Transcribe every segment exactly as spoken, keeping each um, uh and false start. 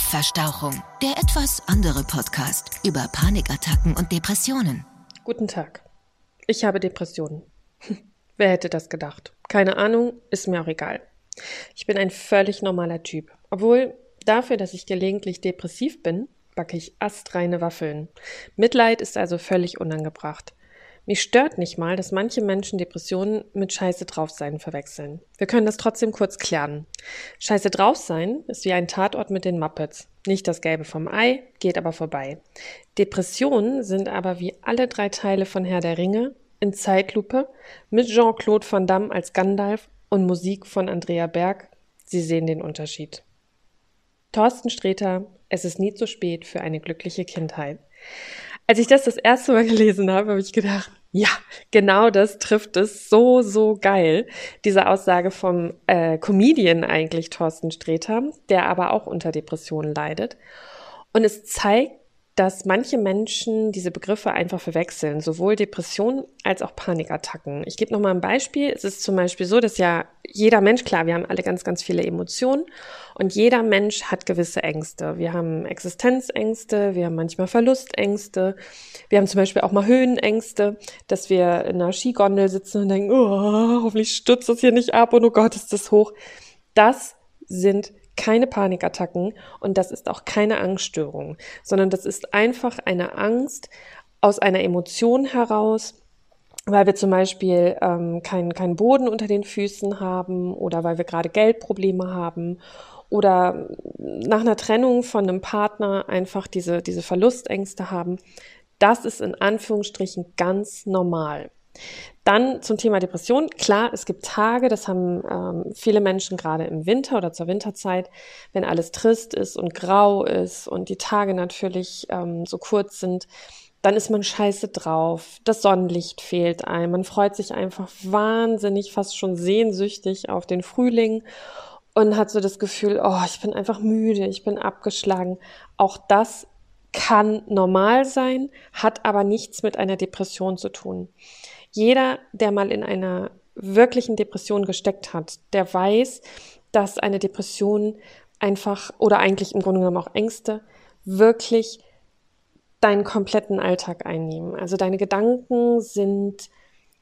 Kopfverstauchung, der etwas andere Podcast über Panikattacken und Depressionen. Guten Tag. Ich habe Depressionen. Wer hätte das gedacht? Keine Ahnung, ist mir auch egal. Ich bin ein völlig normaler Typ. Obwohl, dafür, dass ich gelegentlich depressiv bin, backe ich astreine Waffeln. Mitleid ist also völlig unangebracht. Mich stört nicht mal, dass manche Menschen Depressionen mit Scheiße draufsein verwechseln. Wir können das trotzdem kurz klären. Scheiße draufsein ist wie ein Tatort mit den Muppets. Nicht das Gelbe vom Ei, geht aber vorbei. Depressionen sind aber wie alle drei Teile von Herr der Ringe in Zeitlupe mit Jean-Claude Van Damme als Gandalf und Musik von Andrea Berg. Sie sehen den Unterschied. Thorsten Sträter, es ist nie zu spät für eine glückliche Kindheit. Als ich das das erste Mal gelesen habe, habe ich gedacht, ja, genau das trifft es so, so geil. Diese Aussage vom äh, Comedian eigentlich, Thorsten Sträter, der aber auch unter Depressionen leidet. Und es zeigt, dass manche Menschen diese Begriffe einfach verwechseln, sowohl Depressionen als auch Panikattacken. Ich gebe nochmal ein Beispiel. Es ist zum Beispiel so, dass ja jeder Mensch, klar, wir haben alle ganz, ganz viele Emotionen und jeder Mensch hat gewisse Ängste. Wir haben Existenzängste, wir haben manchmal Verlustängste, wir haben zum Beispiel auch mal Höhenängste, dass wir in einer Skigondel sitzen und denken, oh, hoffentlich stürzt das hier nicht ab und oh Gott, ist das hoch. Das sind keine Panikattacken und das ist auch keine Angststörung, sondern das ist einfach eine Angst aus einer Emotion heraus, weil wir zum Beispiel ähm, keinen keinen Boden unter den Füßen haben oder weil wir gerade Geldprobleme haben oder nach einer Trennung von einem Partner einfach diese, diese Verlustängste haben. Das ist in Anführungsstrichen ganz normal. Dann zum Thema Depression. Klar, es gibt Tage, das haben ähm, viele Menschen gerade im Winter oder zur Winterzeit, wenn alles trist ist und grau ist und die Tage natürlich ähm, so kurz sind, dann ist man scheiße drauf. Das Sonnenlicht fehlt einem. Man freut sich einfach wahnsinnig, fast schon sehnsüchtig auf den Frühling und hat so das Gefühl, oh, ich bin einfach müde, ich bin abgeschlagen. Auch das kann normal sein, hat aber nichts mit einer Depression zu tun. Jeder, der mal in einer wirklichen Depression gesteckt hat, der weiß, dass eine Depression einfach oder eigentlich im Grunde genommen auch Ängste wirklich deinen kompletten Alltag einnehmen. Also deine Gedanken sind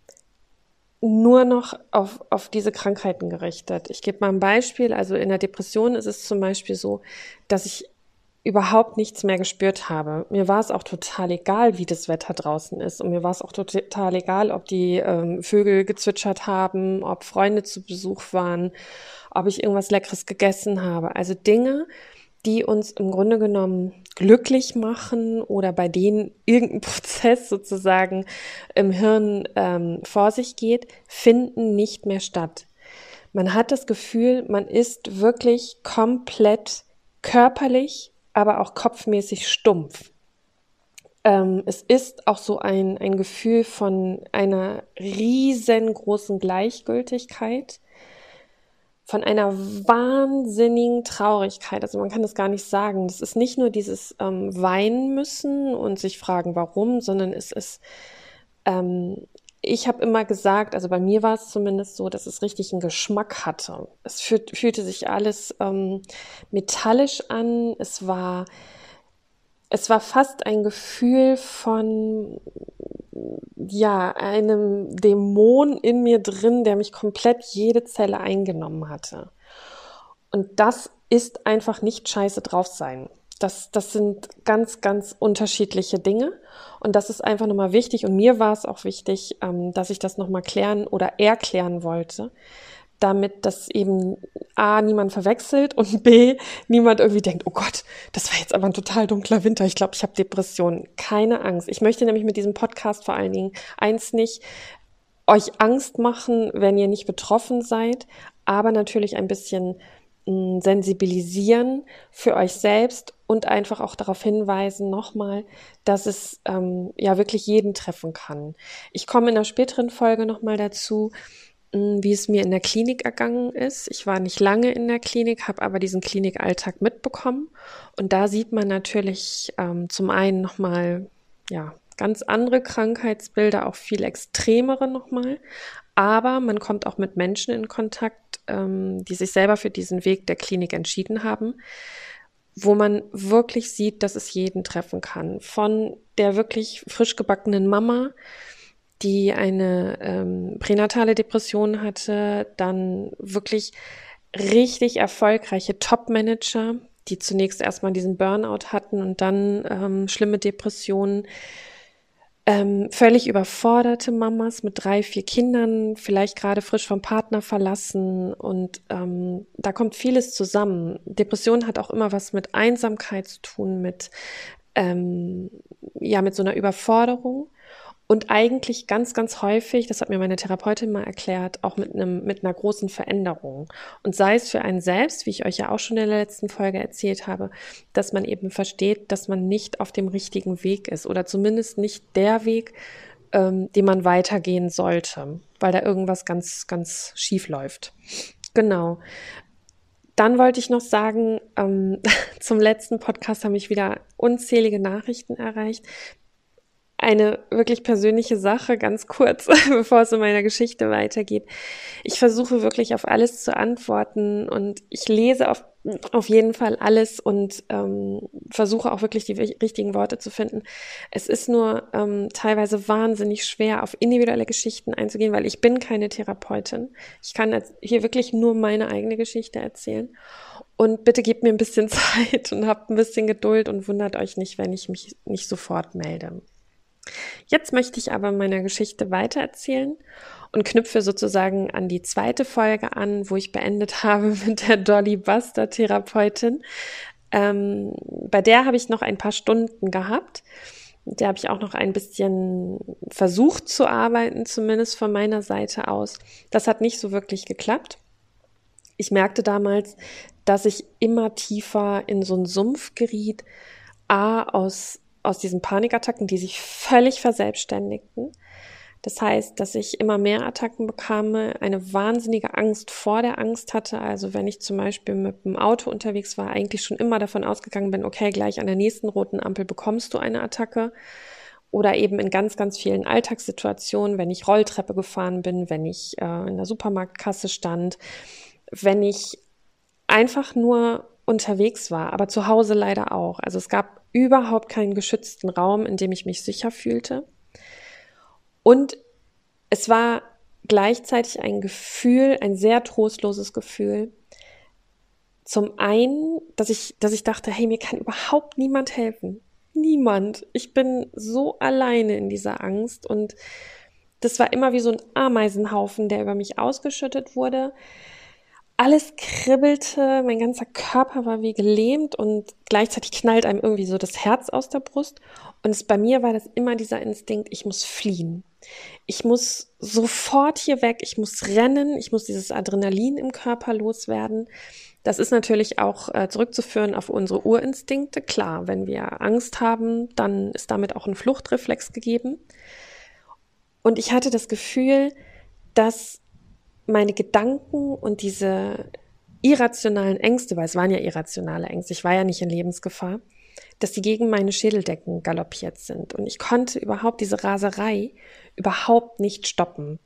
nur noch auf, auf diese Krankheiten gerichtet. Ich gebe mal ein Beispiel. Also in der Depression ist es zum Beispiel so, dass ich überhaupt nichts mehr gespürt habe. Mir war es auch total egal, wie das Wetter draußen ist. Und mir war es auch total egal, ob die ähm, Vögel gezwitschert haben, ob Freunde zu Besuch waren, ob ich irgendwas Leckeres gegessen habe. Also Dinge, die uns im Grunde genommen glücklich machen oder bei denen irgendein Prozess sozusagen im Hirn ähm, vor sich geht, finden nicht mehr statt. Man hat das Gefühl, man ist wirklich komplett körperlich, aber auch kopfmäßig stumpf. Ähm, es ist auch so ein, ein Gefühl von einer riesengroßen Gleichgültigkeit, von einer wahnsinnigen Traurigkeit. Also man kann das gar nicht sagen. Das ist nicht nur dieses ähm, Weinen müssen und sich fragen, warum, sondern es ist, ähm, ich habe immer gesagt, also bei mir war es zumindest so, dass es richtig einen Geschmack hatte. Es fühlt, fühlte sich alles ähm, metallisch an. Es war, es war fast ein Gefühl von, ja, einem Dämon in mir drin, der mich komplett jede Zelle eingenommen hatte. Und das ist einfach nicht scheiße drauf sein. Das, das sind ganz, ganz unterschiedliche Dinge und das ist einfach nochmal wichtig und mir war es auch wichtig, ähm, dass ich das nochmal klären oder erklären wollte, damit das eben A, niemand verwechselt und B, niemand irgendwie denkt, oh Gott, das war jetzt aber ein total dunkler Winter, ich glaube, ich habe Depressionen. Keine Angst. Ich möchte nämlich mit diesem Podcast vor allen Dingen eins nicht, euch Angst machen, wenn ihr nicht betroffen seid, aber natürlich ein bisschen mh, sensibilisieren für euch selbst und einfach auch darauf hinweisen nochmal, dass es ähm, ja wirklich jeden treffen kann. Ich komme in einer späteren Folge nochmal dazu, wie es mir in der Klinik ergangen ist. Ich war nicht lange in der Klinik, habe aber diesen Klinikalltag mitbekommen. Und da sieht man natürlich ähm, zum einen nochmal, ja, ganz andere Krankheitsbilder, auch viel extremere nochmal. Aber man kommt auch mit Menschen in Kontakt, ähm, die sich selber für diesen Weg der Klinik entschieden haben, wo man wirklich sieht, dass es jeden treffen kann. Von der wirklich frisch gebackenen Mama, die eine ähm, pränatale Depression hatte, dann wirklich richtig erfolgreiche Top-Manager, die zunächst erstmal diesen Burnout hatten und dann ähm, schlimme Depressionen, ähm, völlig überforderte Mamas mit drei, vier Kindern, vielleicht gerade frisch vom Partner verlassen und ähm, da kommt vieles zusammen. Depression hat auch immer was mit Einsamkeit zu tun, mit ähm, ja mit so einer Überforderung. Und eigentlich ganz, ganz häufig, das hat mir meine Therapeutin mal erklärt, auch mit einem, mit einer großen Veränderung. Und sei es für einen selbst, wie ich euch ja auch schon in der letzten Folge erzählt habe, dass man eben versteht, dass man nicht auf dem richtigen Weg ist oder zumindest nicht der Weg, ähm, den man weitergehen sollte, weil da irgendwas ganz, ganz schief läuft. Genau. Dann wollte ich noch sagen, ähm, zum letzten Podcast haben mich wieder unzählige Nachrichten erreicht. Eine wirklich persönliche Sache, ganz kurz, bevor es in meiner Geschichte weitergeht. Ich versuche wirklich auf alles zu antworten und ich lese auf, auf jeden Fall alles und ähm, versuche auch wirklich die richtigen Worte zu finden. Es ist nur ähm, teilweise wahnsinnig schwer, auf individuelle Geschichten einzugehen, weil ich bin keine Therapeutin. Ich kann hier wirklich nur meine eigene Geschichte erzählen. Und bitte gebt mir ein bisschen Zeit und habt ein bisschen Geduld und wundert euch nicht, wenn ich mich nicht sofort melde. Jetzt möchte ich aber meine Geschichte weitererzählen und knüpfe sozusagen an die zweite Folge an, wo ich beendet habe mit der Dolly Buster Therapeutin. Ähm, bei der habe ich noch ein paar Stunden gehabt. Mit der habe ich auch noch ein bisschen versucht zu arbeiten, zumindest von meiner Seite aus. Das hat nicht so wirklich geklappt. Ich merkte damals, dass ich immer tiefer in so einen Sumpf geriet, A, aus aus diesen Panikattacken, die sich völlig verselbstständigten. Das heißt, dass ich immer mehr Attacken bekam, eine wahnsinnige Angst vor der Angst hatte. Also wenn ich zum Beispiel mit dem Auto unterwegs war, eigentlich schon immer davon ausgegangen bin, okay, gleich an der nächsten roten Ampel bekommst du eine Attacke. Oder eben in ganz, ganz vielen Alltagssituationen, wenn ich Rolltreppe gefahren bin, wenn ich äh, in der Supermarktkasse stand, wenn ich einfach nur unterwegs war, aber zu Hause leider auch. Also es gab überhaupt keinen geschützten Raum, in dem ich mich sicher fühlte. Und es war gleichzeitig ein Gefühl, ein sehr trostloses Gefühl. Zum einen, dass ich, dass ich dachte, hey, mir kann überhaupt niemand helfen. Niemand. Ich bin so alleine in dieser Angst und das war immer wie so ein Ameisenhaufen, der über mich ausgeschüttet wurde. Alles kribbelte, mein ganzer Körper war wie gelähmt und gleichzeitig knallt einem irgendwie so das Herz aus der Brust. Und es, bei mir war das immer dieser Instinkt, ich muss fliehen. Ich muss sofort hier weg, ich muss rennen, ich muss dieses Adrenalin im Körper loswerden. Das ist natürlich auch äh, zurückzuführen auf unsere Urinstinkte. Klar, wenn wir Angst haben, dann ist damit auch ein Fluchtreflex gegeben. Und ich hatte das Gefühl, dass meine Gedanken und diese irrationalen Ängste, weil es waren ja irrationale Ängste, ich war ja nicht in Lebensgefahr, dass die gegen meine Schädeldecken galoppiert sind. Und ich konnte überhaupt diese Raserei überhaupt nicht stoppen.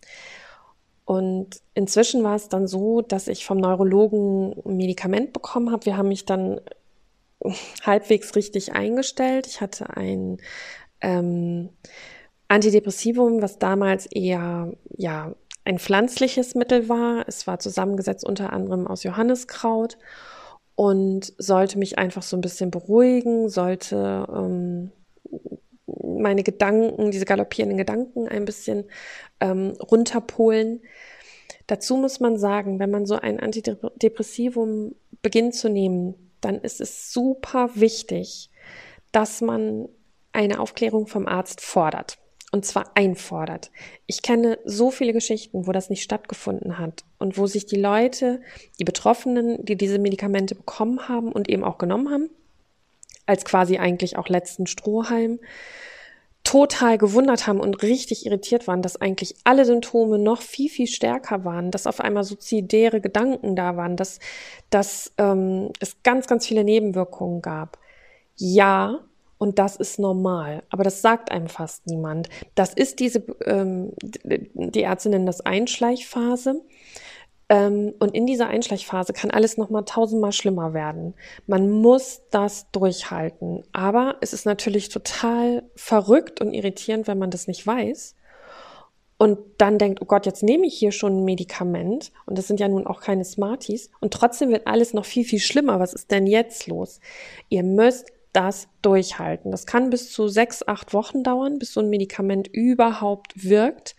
Und inzwischen war es dann so, dass ich vom Neurologen ein Medikament bekommen habe. Wir haben mich dann halbwegs richtig eingestellt. Ich hatte ein ähm, Antidepressivum, was damals eher, ja, ein pflanzliches Mittel war. Es war zusammengesetzt unter anderem aus Johanniskraut und sollte mich einfach so ein bisschen beruhigen, sollte ähm, meine Gedanken, diese galoppierenden Gedanken ein bisschen ähm, runterpolen. Dazu muss man sagen, wenn man so ein Antidepressivum beginnt zu nehmen, dann ist es super wichtig, dass man eine Aufklärung vom Arzt fordert. Und zwar einfordert. Ich kenne so viele Geschichten, wo das nicht stattgefunden hat und wo sich die Leute, die Betroffenen, die diese Medikamente bekommen haben und eben auch genommen haben, als quasi eigentlich auch letzten Strohhalm, total gewundert haben und richtig irritiert waren, dass eigentlich alle Symptome noch viel, viel stärker waren, dass auf einmal suizidäre Gedanken da waren, dass, dass ähm, es ganz, ganz viele Nebenwirkungen gab. Ja, und das ist normal, aber das sagt einem fast niemand. Das ist diese, ähm, die Ärzte nennen das Einschleichphase. Ähm, und in dieser Einschleichphase kann alles nochmal tausendmal schlimmer werden. Man muss das durchhalten. Aber es ist natürlich total verrückt und irritierend, wenn man das nicht weiß. Und dann denkt, oh Gott, jetzt nehme ich hier schon ein Medikament. Und das sind ja nun auch keine Smarties. Und trotzdem wird alles noch viel, viel schlimmer. Was ist denn jetzt los? Ihr müsst das durchhalten. Das kann bis zu sechs, acht Wochen dauern, bis so ein Medikament überhaupt wirkt.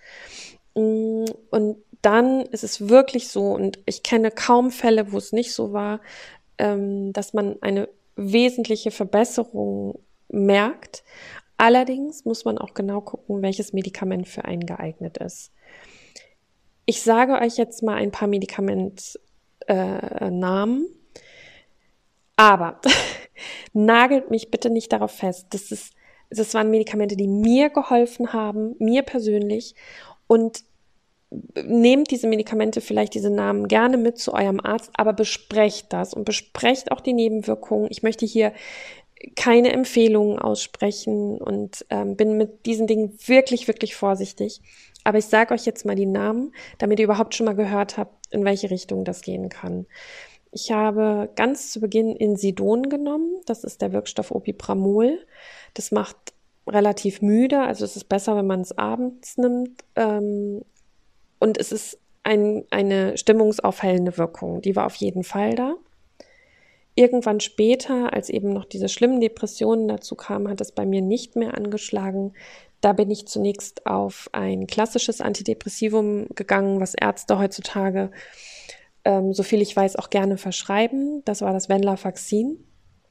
Und dann ist es wirklich so, und ich kenne kaum Fälle, wo es nicht so war, ähm, dass man eine wesentliche Verbesserung merkt. Allerdings muss man auch genau gucken, welches Medikament für einen geeignet ist. Ich sage euch jetzt mal ein paar Medikamentnamen, äh, aber nagelt mich bitte nicht darauf fest. Das ist, das waren Medikamente, die mir geholfen haben, mir persönlich, und nehmt diese Medikamente, vielleicht diese Namen gerne mit zu eurem Arzt, aber besprecht das und besprecht auch die Nebenwirkungen. Ich möchte hier keine Empfehlungen aussprechen und ähm, bin mit diesen Dingen wirklich, wirklich vorsichtig. Aber ich sage euch jetzt mal die Namen, damit ihr überhaupt schon mal gehört habt, in welche Richtung das gehen kann. Ich habe ganz zu Beginn Insidon genommen. Das ist der Wirkstoff Opipramol. Das macht relativ müde, also es ist besser, wenn man es abends nimmt. Ähm, Und es ist ein, eine stimmungsaufhellende Wirkung. Die war auf jeden Fall da. Irgendwann später, als eben noch diese schlimmen Depressionen dazu kamen, hat es bei mir nicht mehr angeschlagen. Da bin ich zunächst auf ein klassisches Antidepressivum gegangen, was Ärzte heutzutage, ähm, so viel ich weiß, auch gerne verschreiben. Das war das Venlafaxin.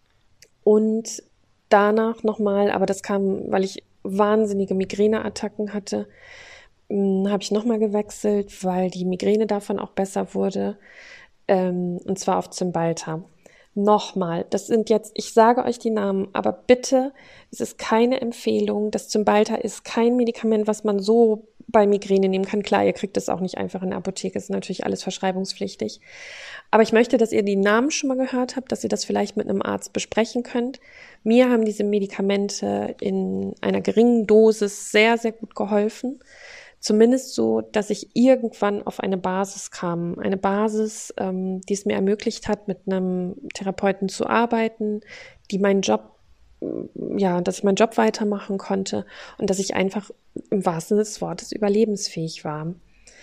Und danach nochmal, aber das kam, weil ich wahnsinnige Migräneattacken hatte, habe ich nochmal gewechselt, weil die Migräne davon auch besser wurde, ähm, und zwar auf Cymbalta. Nochmal, das sind jetzt, ich sage euch die Namen, aber bitte, es ist keine Empfehlung. Das Cymbalta ist kein Medikament, was man so bei Migräne nehmen kann. Klar, ihr kriegt es auch nicht einfach in der Apotheke, ist natürlich alles verschreibungspflichtig. Aber ich möchte, dass ihr die Namen schon mal gehört habt, dass ihr das vielleicht mit einem Arzt besprechen könnt. Mir haben diese Medikamente in einer geringen Dosis sehr, sehr gut geholfen. Zumindest so, dass ich irgendwann auf eine Basis kam. Eine Basis, ähm, die es mir ermöglicht hat, mit einem Therapeuten zu arbeiten, die meinen Job, ja, dass ich meinen Job weitermachen konnte und dass ich einfach im wahrsten Sinne des Wortes überlebensfähig war.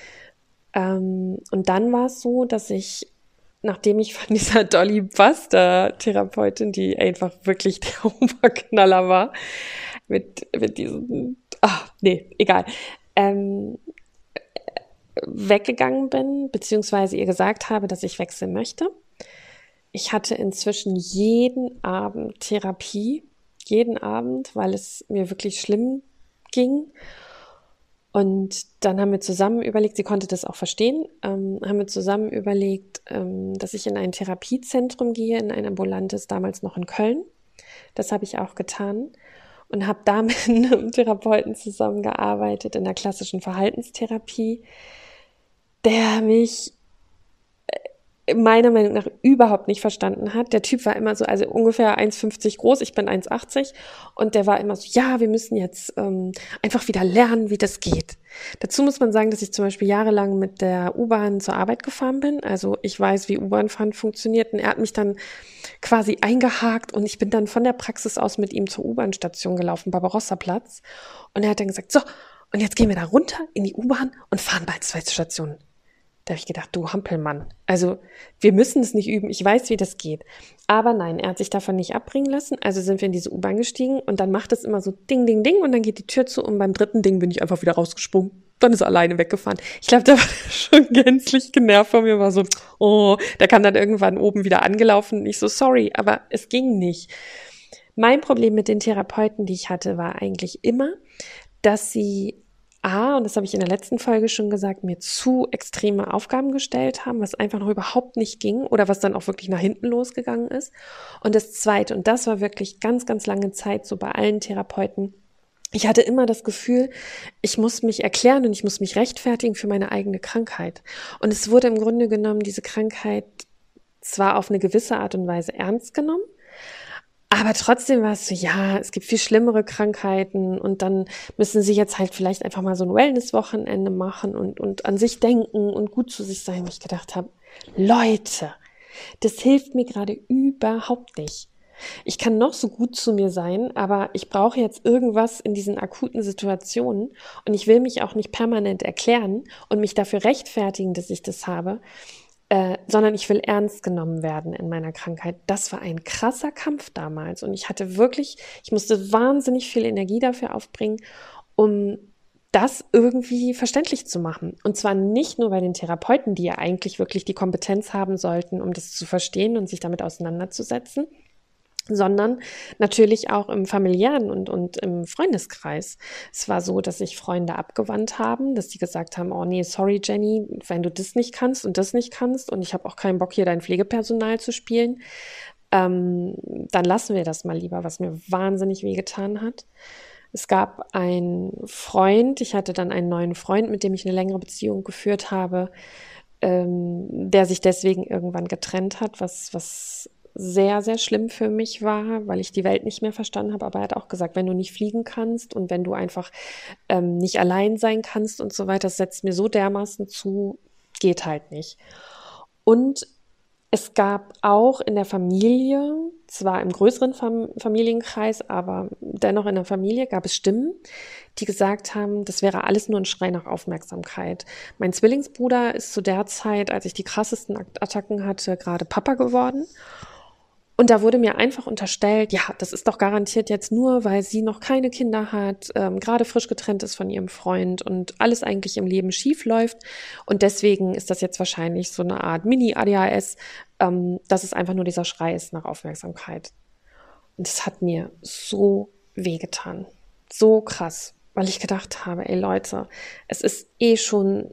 Ähm, und dann war es so, dass ich, nachdem ich von dieser Dolly Buster Therapeutin, die einfach wirklich der Oberknaller war, mit, mit diesen, ach, nee, egal, Ähm, weggegangen bin, beziehungsweise ihr gesagt habe, dass ich wechseln möchte. Ich hatte inzwischen jeden Abend Therapie, jeden Abend, weil es mir wirklich schlimm ging. Und dann haben wir zusammen überlegt, sie konnte das auch verstehen, ähm, haben wir zusammen überlegt, ähm, dass ich in ein Therapiezentrum gehe, in ein ambulantes, damals noch in Köln. Das habe ich auch getan. Und habe da mit einem Therapeuten zusammengearbeitet in der klassischen Verhaltenstherapie, der mich meiner Meinung nach überhaupt nicht verstanden hat. Der Typ war immer so, also ungefähr eins fünfzig groß, ich bin eins achtzig, und der war immer so, ja, wir müssen jetzt ähm, einfach wieder lernen, wie das geht. Dazu muss man sagen, dass ich zum Beispiel jahrelang mit der U-Bahn zur Arbeit gefahren bin. Also ich weiß, wie U-Bahn-Fahren funktioniert, und er hat mich dann quasi eingehakt und ich bin dann von der Praxis aus mit ihm zur U-Bahn-Station gelaufen, Barbarossa-Platz, und er hat dann gesagt, so, und jetzt gehen wir da runter in die U-Bahn und fahren bald zwei Stationen. Da habe ich gedacht, du Hampelmann, also wir müssen es nicht üben, ich weiß, wie das geht. Aber nein, er hat sich davon nicht abbringen lassen, also sind wir in diese U-Bahn gestiegen und dann macht es immer so Ding, Ding, Ding und dann geht die Tür zu und beim dritten Ding bin ich einfach wieder rausgesprungen. Dann ist er alleine weggefahren. Ich glaube, der war schon gänzlich genervt von mir, war so, oh, der kam dann irgendwann oben wieder angelaufen und ich so, sorry, aber es ging nicht. Mein Problem mit den Therapeuten, die ich hatte, war eigentlich immer, dass sie A, und das habe ich in der letzten Folge schon gesagt, mir zu extreme Aufgaben gestellt haben, was einfach noch überhaupt nicht ging oder was dann auch wirklich nach hinten losgegangen ist. Und das Zweite, und das war wirklich ganz, ganz lange Zeit so bei allen Therapeuten, ich hatte immer das Gefühl, ich muss mich erklären und ich muss mich rechtfertigen für meine eigene Krankheit. Und es wurde im Grunde genommen diese Krankheit zwar auf eine gewisse Art und Weise ernst genommen, Aber trotzdem war es so, ja, es gibt viel schlimmere Krankheiten und dann müssen sie jetzt halt vielleicht einfach mal so ein Wellness-Wochenende machen und, und an sich denken und gut zu sich sein, wo ich gedacht habe, Leute, das hilft mir gerade überhaupt nicht. Ich kann noch so gut zu mir sein, aber ich brauche jetzt irgendwas in diesen akuten Situationen und ich will mich auch nicht permanent erklären und mich dafür rechtfertigen, dass ich das habe, äh, sondern ich will ernst genommen werden in meiner Krankheit. Das war ein krasser Kampf damals und ich hatte wirklich, ich musste wahnsinnig viel Energie dafür aufbringen, um das irgendwie verständlich zu machen. Und zwar nicht nur bei den Therapeuten, die ja eigentlich wirklich die Kompetenz haben sollten, um das zu verstehen und sich damit auseinanderzusetzen, sondern natürlich auch im familiären und, und im Freundeskreis. Es war so, dass sich Freunde abgewandt haben, dass die gesagt haben, oh nee, sorry Jenny, wenn du das nicht kannst und das nicht kannst und ich habe auch keinen Bock, hier dein Pflegepersonal zu spielen, ähm, dann lassen wir das mal lieber, was mir wahnsinnig wehgetan hat. Es gab einen Freund, ich hatte dann einen neuen Freund, mit dem ich eine längere Beziehung geführt habe, ähm, der sich deswegen irgendwann getrennt hat, was, was sehr, sehr schlimm für mich war, weil ich die Welt nicht mehr verstanden habe. Aber er hat auch gesagt, wenn du nicht fliegen kannst und wenn du einfach ähm, nicht allein sein kannst und so weiter, das setzt mir so dermaßen zu, geht halt nicht. Und es gab auch in der Familie, zwar im größeren Fam- Familienkreis, aber dennoch in der Familie gab es Stimmen, die gesagt haben, das wäre alles nur ein Schrei nach Aufmerksamkeit. Mein Zwillingsbruder ist zu der Zeit, als ich die krassesten Attacken hatte, gerade Papa geworden. Und da wurde mir einfach unterstellt, ja, das ist doch garantiert jetzt nur, weil sie noch keine Kinder hat, ähm, gerade frisch getrennt ist von ihrem Freund und alles eigentlich im Leben schief läuft. Und deswegen ist das jetzt wahrscheinlich so eine Art Mini-A D H S, ähm, dass es einfach nur dieser Schrei ist nach Aufmerksamkeit. Und das hat mir so wehgetan. So krass, weil ich gedacht habe, ey Leute, es ist eh schon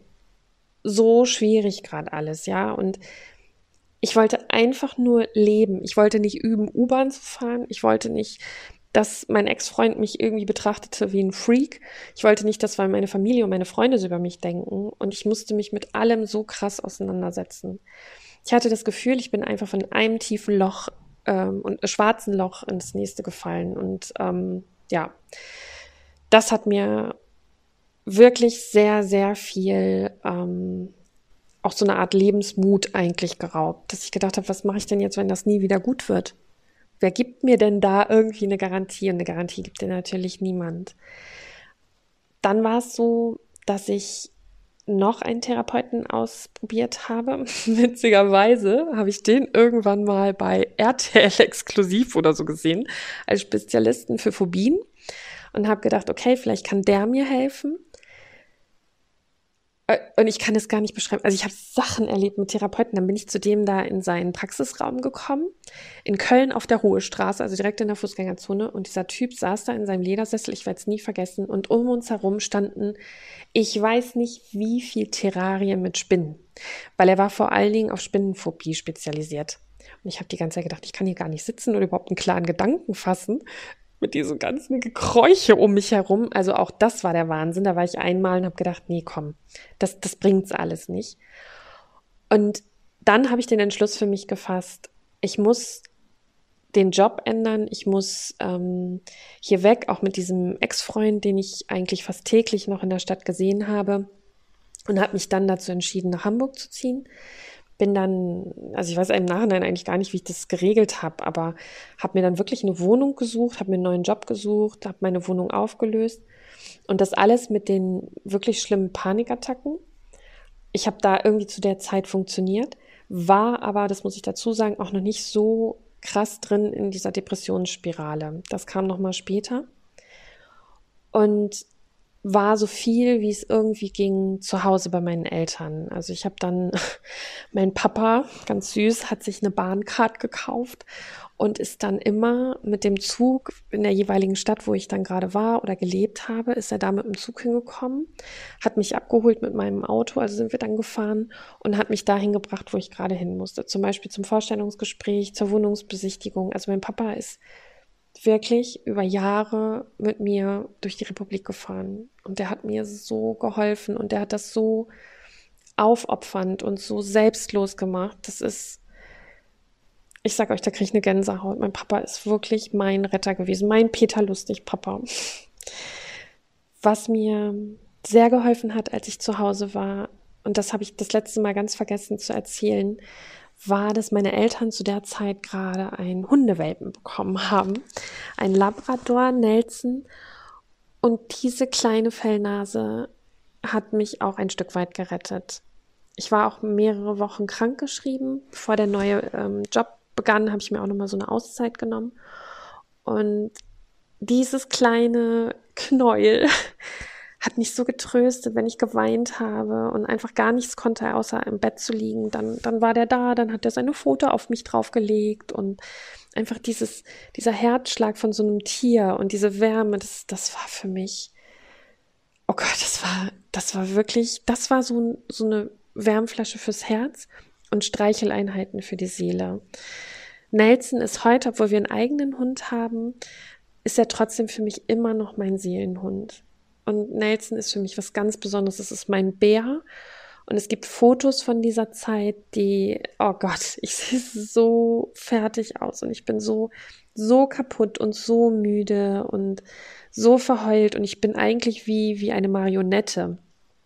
so schwierig gerade alles, ja, und ich wollte einfach nur leben. Ich wollte nicht üben, U-Bahn zu fahren. Ich wollte nicht, dass mein Ex-Freund mich irgendwie betrachtete wie ein Freak. Ich wollte nicht, dass meine Familie und meine Freunde so über mich denken. Und ich musste mich mit allem so krass auseinandersetzen. Ich hatte das Gefühl, ich bin einfach von einem tiefen Loch ähm, und äh, schwarzen Loch ins nächste gefallen. Und ähm, ja, das hat mir wirklich sehr, sehr viel ähm, auch so eine Art Lebensmut eigentlich geraubt, dass ich gedacht habe, was mache ich denn jetzt, wenn das nie wieder gut wird? Wer gibt mir denn da irgendwie eine Garantie? Und eine Garantie gibt dir natürlich niemand. Dann war es so, dass ich noch einen Therapeuten ausprobiert habe. Witzigerweise habe ich den irgendwann mal bei R T L exklusiv oder so gesehen, als Spezialisten für Phobien und habe gedacht, okay, vielleicht kann der mir helfen. Und ich kann es gar nicht beschreiben. Also ich habe Sachen erlebt mit Therapeuten. Dann bin ich zu dem da in seinen Praxisraum gekommen, in Köln auf der Ruhestraße, also direkt in der Fußgängerzone. Und dieser Typ saß da in seinem Ledersessel, ich werde es nie vergessen. Und um uns herum standen, ich weiß nicht, wie viel Terrarien mit Spinnen. Weil er war vor allen Dingen auf Spinnenphobie spezialisiert. Und ich habe die ganze Zeit gedacht, ich kann hier gar nicht sitzen oder überhaupt einen klaren Gedanken fassen. Mit diesen ganzen Gekräuche um mich herum. Also auch das war der Wahnsinn. Da war ich einmal und habe gedacht, nee, komm, das, das bringt's alles nicht. Und dann habe ich den Entschluss für mich gefasst, ich muss den Job ändern, ich muss ähm, hier weg, auch mit diesem Ex-Freund, den ich eigentlich fast täglich noch in der Stadt gesehen habe, und habe mich dann dazu entschieden, nach Hamburg zu ziehen. Bin dann, also ich weiß im Nachhinein eigentlich gar nicht, wie ich das geregelt habe, aber habe mir dann wirklich eine Wohnung gesucht, habe mir einen neuen Job gesucht, habe meine Wohnung aufgelöst und das alles mit den wirklich schlimmen Panikattacken. Ich habe da irgendwie zu der Zeit funktioniert, war aber, das muss ich dazu sagen, auch noch nicht so krass drin in dieser Depressionsspirale. Das kam noch mal später und war so viel, wie es irgendwie ging, zu Hause bei meinen Eltern. Also ich habe dann, mein Papa, ganz süß, hat sich eine Bahncard gekauft und ist dann immer mit dem Zug in der jeweiligen Stadt, wo ich dann gerade war oder gelebt habe, ist er da mit dem Zug hingekommen, hat mich abgeholt mit meinem Auto, also sind wir dann gefahren und hat mich dahin gebracht, wo ich gerade hin musste. Zum Beispiel zum Vorstellungsgespräch, zur Wohnungsbesichtigung. Also mein Papa ist wirklich über Jahre mit mir durch die Republik gefahren. Und der hat mir so geholfen und der hat das so aufopfernd und so selbstlos gemacht. Das ist, ich sag euch, da kriege ich eine Gänsehaut. Mein Papa ist wirklich mein Retter gewesen, mein Peter Lustig-Papa. Was mir sehr geholfen hat, als ich zu Hause war, und das habe ich das letzte Mal ganz vergessen zu erzählen, war, dass meine Eltern zu der Zeit gerade einen Hundewelpen bekommen haben. Ein Labrador, Nelson. Und diese kleine Fellnase hat mich auch ein Stück weit gerettet. Ich war auch mehrere Wochen krankgeschrieben. Bevor der neue ähm, Job begann, habe ich mir auch nochmal so eine Auszeit genommen. Und dieses kleine Knäuel hat mich so getröstet, wenn ich geweint habe und einfach gar nichts konnte, außer im Bett zu liegen. Dann, dann war der da, dann hat er seine Pfote auf mich draufgelegt und einfach dieses, dieser Herzschlag von so einem Tier und diese Wärme, das, das war für mich, oh Gott, das war, das war wirklich, das war so, so eine Wärmflasche fürs Herz und Streicheleinheiten für die Seele. Nelson ist heute, obwohl wir einen eigenen Hund haben, ist er trotzdem für mich immer noch mein Seelenhund. Und Nelson ist für mich was ganz Besonderes. Es ist mein Bär. Und es gibt Fotos von dieser Zeit, die, oh Gott, ich sehe so fertig aus. Und ich bin so, so kaputt und so müde und so verheult. Und ich bin eigentlich wie, wie eine Marionette.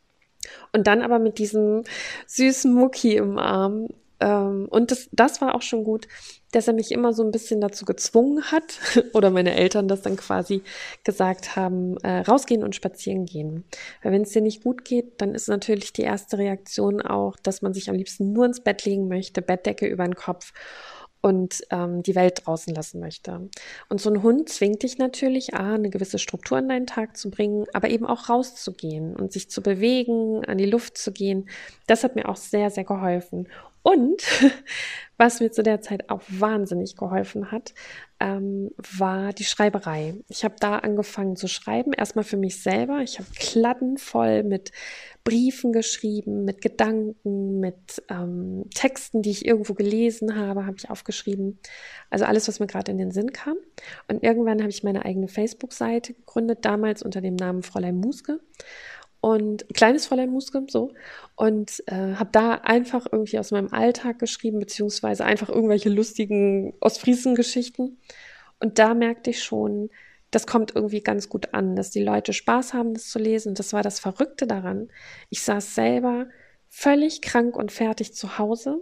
Und dann aber mit diesem süßen Mucki im Arm. Und das, das war auch schon gut, dass er mich immer so ein bisschen dazu gezwungen hat oder meine Eltern das dann quasi gesagt haben, äh, rausgehen und spazieren gehen. Weil wenn es dir nicht gut geht, dann ist natürlich die erste Reaktion auch, dass man sich am liebsten nur ins Bett legen möchte, Bettdecke über den Kopf und ähm, die Welt draußen lassen möchte. Und so ein Hund zwingt dich natürlich, A, eine gewisse Struktur in deinen Tag zu bringen, aber eben auch rauszugehen und sich zu bewegen, an die Luft zu gehen. Das hat mir auch sehr, sehr geholfen. Und was mir zu der Zeit auch wahnsinnig geholfen hat, ähm, war die Schreiberei. Ich habe da angefangen zu schreiben, erstmal für mich selber. Ich habe Kladden voll mit Briefen geschrieben, mit Gedanken, mit ähm, Texten, die ich irgendwo gelesen habe, habe ich aufgeschrieben. Also alles, was mir gerade in den Sinn kam. Und irgendwann habe ich meine eigene Facebook-Seite gegründet, damals unter dem Namen Fräulein Muske. Und kleines Fräulein Muske, so. Und äh, habe da einfach irgendwie aus meinem Alltag geschrieben, beziehungsweise einfach irgendwelche lustigen Ostfriesen-Geschichten. Und da merkte ich schon, das kommt irgendwie ganz gut an, dass die Leute Spaß haben, das zu lesen. Das war das Verrückte daran. Ich saß selber völlig krank und fertig zu Hause,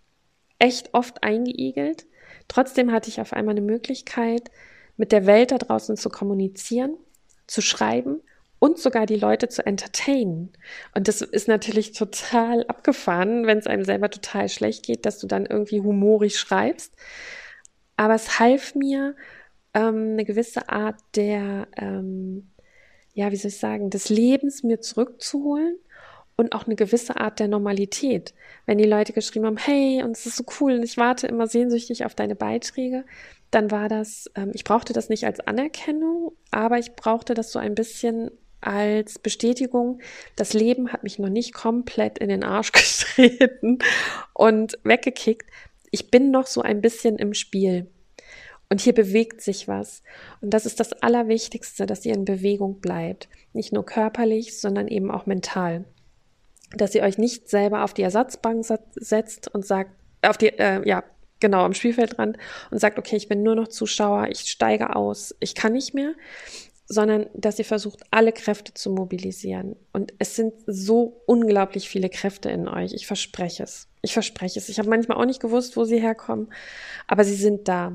echt oft eingeigelt. Trotzdem hatte ich auf einmal eine Möglichkeit, mit der Welt da draußen zu kommunizieren, zu schreiben und sogar die Leute zu entertainen. Und das ist natürlich total abgefahren, wenn es einem selber total schlecht geht, dass du dann irgendwie humorig schreibst. Aber es half mir, ähm, eine gewisse Art der, ähm, ja, wie soll ich sagen, des Lebens mir zurückzuholen und auch eine gewisse Art der Normalität. Wenn die Leute geschrieben haben, hey, und es ist so cool und ich warte immer sehnsüchtig auf deine Beiträge, dann war das, ähm, ich brauchte das nicht als Anerkennung, aber ich brauchte das so ein bisschen als Bestätigung, das Leben hat mich noch nicht komplett in den Arsch getreten und weggekickt. Ich bin noch so ein bisschen im Spiel. Und hier bewegt sich was. Und das ist das Allerwichtigste, dass ihr in Bewegung bleibt. Nicht nur körperlich, sondern eben auch mental. Dass ihr euch nicht selber auf die Ersatzbank setzt und sagt, auf die, äh, ja, genau, am Spielfeldrand und sagt, okay, ich bin nur noch Zuschauer, ich steige aus, ich kann nicht mehr, sondern dass ihr versucht, alle Kräfte zu mobilisieren. Und es sind so unglaublich viele Kräfte in euch. Ich verspreche es. Ich verspreche es. Ich habe manchmal auch nicht gewusst, wo sie herkommen, aber sie sind da.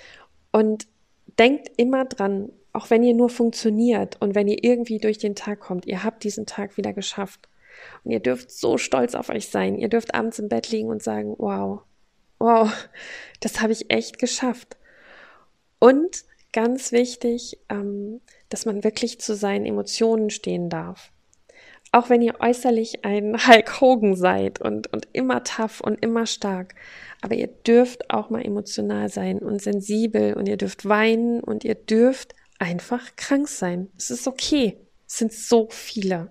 Und denkt immer dran, auch wenn ihr nur funktioniert und wenn ihr irgendwie durch den Tag kommt, ihr habt diesen Tag wieder geschafft. Und ihr dürft so stolz auf euch sein. Ihr dürft abends im Bett liegen und sagen, wow, wow, das habe ich echt geschafft. Und ganz wichtig, ähm, dass man wirklich zu seinen Emotionen stehen darf. Auch wenn ihr äußerlich ein Hulk Hogan seid und, und immer tough und immer stark. Aber ihr dürft auch mal emotional sein und sensibel und ihr dürft weinen und ihr dürft einfach krank sein. Es ist okay. Es sind so viele.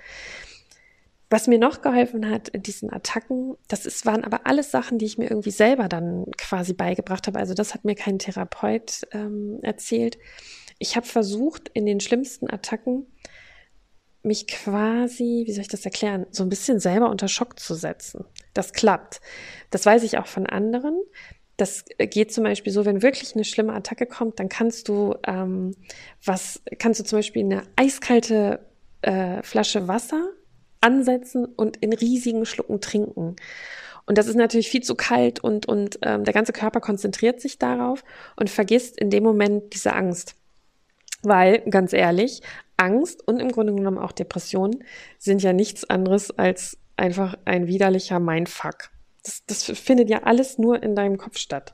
Was mir noch geholfen hat in diesen Attacken, das ist, waren aber alles Sachen, die ich mir irgendwie selber dann quasi beigebracht habe. Also das hat mir kein Therapeut ähm, erzählt. Ich habe versucht, in den schlimmsten Attacken mich quasi, wie soll ich das erklären, so ein bisschen selber unter Schock zu setzen. Das klappt. Das weiß ich auch von anderen. Das geht zum Beispiel so, wenn wirklich eine schlimme Attacke kommt, dann kannst du ähm, was, kannst du zum Beispiel eine eiskalte äh, Flasche Wasser ansetzen und in riesigen Schlucken trinken. Und das ist natürlich viel zu kalt und, und ähm, der ganze Körper konzentriert sich darauf und vergisst in dem Moment diese Angst. Weil, ganz ehrlich, Angst und im Grunde genommen auch Depressionen sind ja nichts anderes als einfach ein widerlicher Mindfuck. Das, das findet ja alles nur in deinem Kopf statt.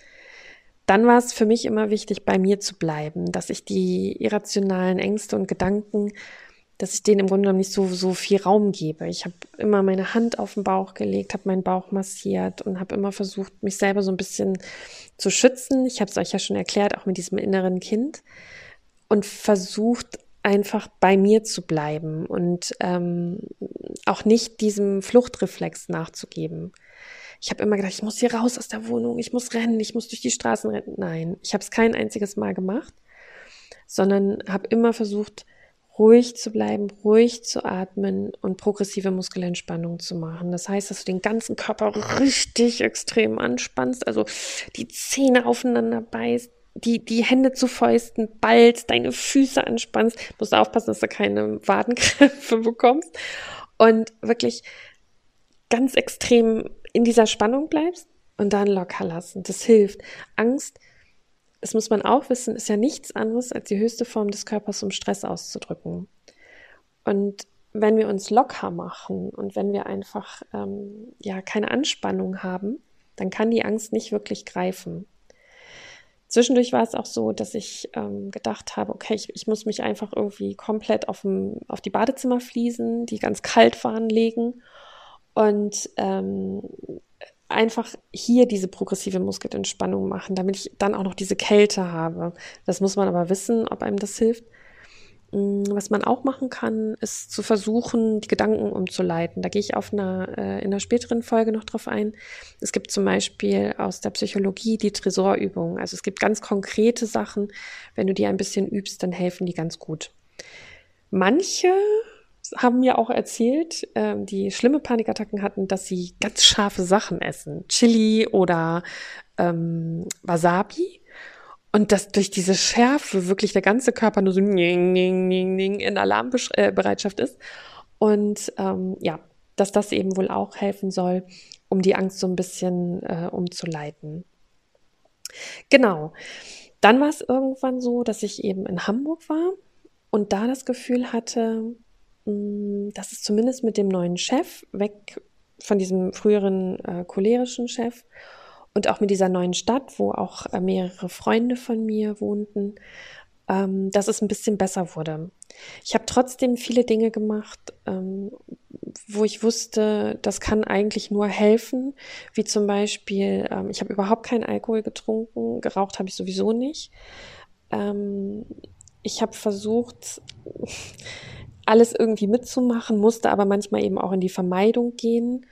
Dann war es für mich immer wichtig, bei mir zu bleiben, dass ich die irrationalen Ängste und Gedanken, dass ich denen im Grunde genommen nicht so, so viel Raum gebe. Ich habe immer meine Hand auf den Bauch gelegt, habe meinen Bauch massiert und habe immer versucht, mich selber so ein bisschen zu schützen. Ich habe es euch ja schon erklärt, auch mit diesem inneren Kind. Und versucht einfach bei mir zu bleiben und ähm, auch nicht diesem Fluchtreflex nachzugeben. Ich habe immer gedacht, ich muss hier raus aus der Wohnung, ich muss rennen, ich muss durch die Straßen rennen. Nein, ich habe es kein einziges Mal gemacht, sondern habe immer versucht, ruhig zu bleiben, ruhig zu atmen und progressive Muskelentspannung zu machen. Das heißt, dass du den ganzen Körper richtig extrem anspannst, also die Zähne aufeinander beißt, die, die Hände zu Fäusten ballst, deine Füße anspannst, musst du aufpassen, dass du keine Wadenkrämpfe bekommst und wirklich ganz extrem in dieser Spannung bleibst und dann locker lassen. Das hilft. Angst, das muss man auch wissen, ist ja nichts anderes als die höchste Form des Körpers, um Stress auszudrücken. Und wenn wir uns locker machen und wenn wir einfach ähm, ja keine Anspannung haben, dann kann die Angst nicht wirklich greifen. Zwischendurch war es auch so, dass ich ähm, gedacht habe, okay, ich, ich muss mich einfach irgendwie komplett auf, dem, auf die Badezimmerfliesen, die ganz kalt waren, legen und ähm, einfach hier diese progressive Muskelentspannung machen, damit ich dann auch noch diese Kälte habe. Das muss man aber wissen, ob einem das hilft. Was man auch machen kann, ist zu versuchen, die Gedanken umzuleiten. Da gehe ich auf einer, äh, in einer späteren Folge noch drauf ein. Es gibt zum Beispiel aus der Psychologie die Tresorübung. Also es gibt ganz konkrete Sachen. Wenn du die ein bisschen übst, dann helfen die ganz gut. Manche haben mir auch erzählt, äh, die schlimme Panikattacken hatten, dass sie ganz scharfe Sachen essen. Chili oder ähm, Wasabi. Und dass durch diese Schärfe wirklich der ganze Körper nur so in Alarmbereitschaft ist. Und ähm, ja, dass das eben wohl auch helfen soll, um die Angst so ein bisschen äh, umzuleiten. Genau. Dann war es irgendwann so, dass ich eben in Hamburg war und da das Gefühl hatte, mh, dass es zumindest mit dem neuen Chef, weg von diesem früheren äh, cholerischen Chef, und auch mit dieser neuen Stadt, wo auch äh, mehrere Freunde von mir wohnten, ähm, dass es ein bisschen besser wurde. Ich habe trotzdem viele Dinge gemacht, ähm, wo ich wusste, das kann eigentlich nur helfen, wie zum Beispiel, ähm, ich habe überhaupt keinen Alkohol getrunken, geraucht habe ich sowieso nicht. Ähm, ich habe versucht, alles irgendwie mitzumachen, musste aber manchmal eben auch in die Vermeidung gehen.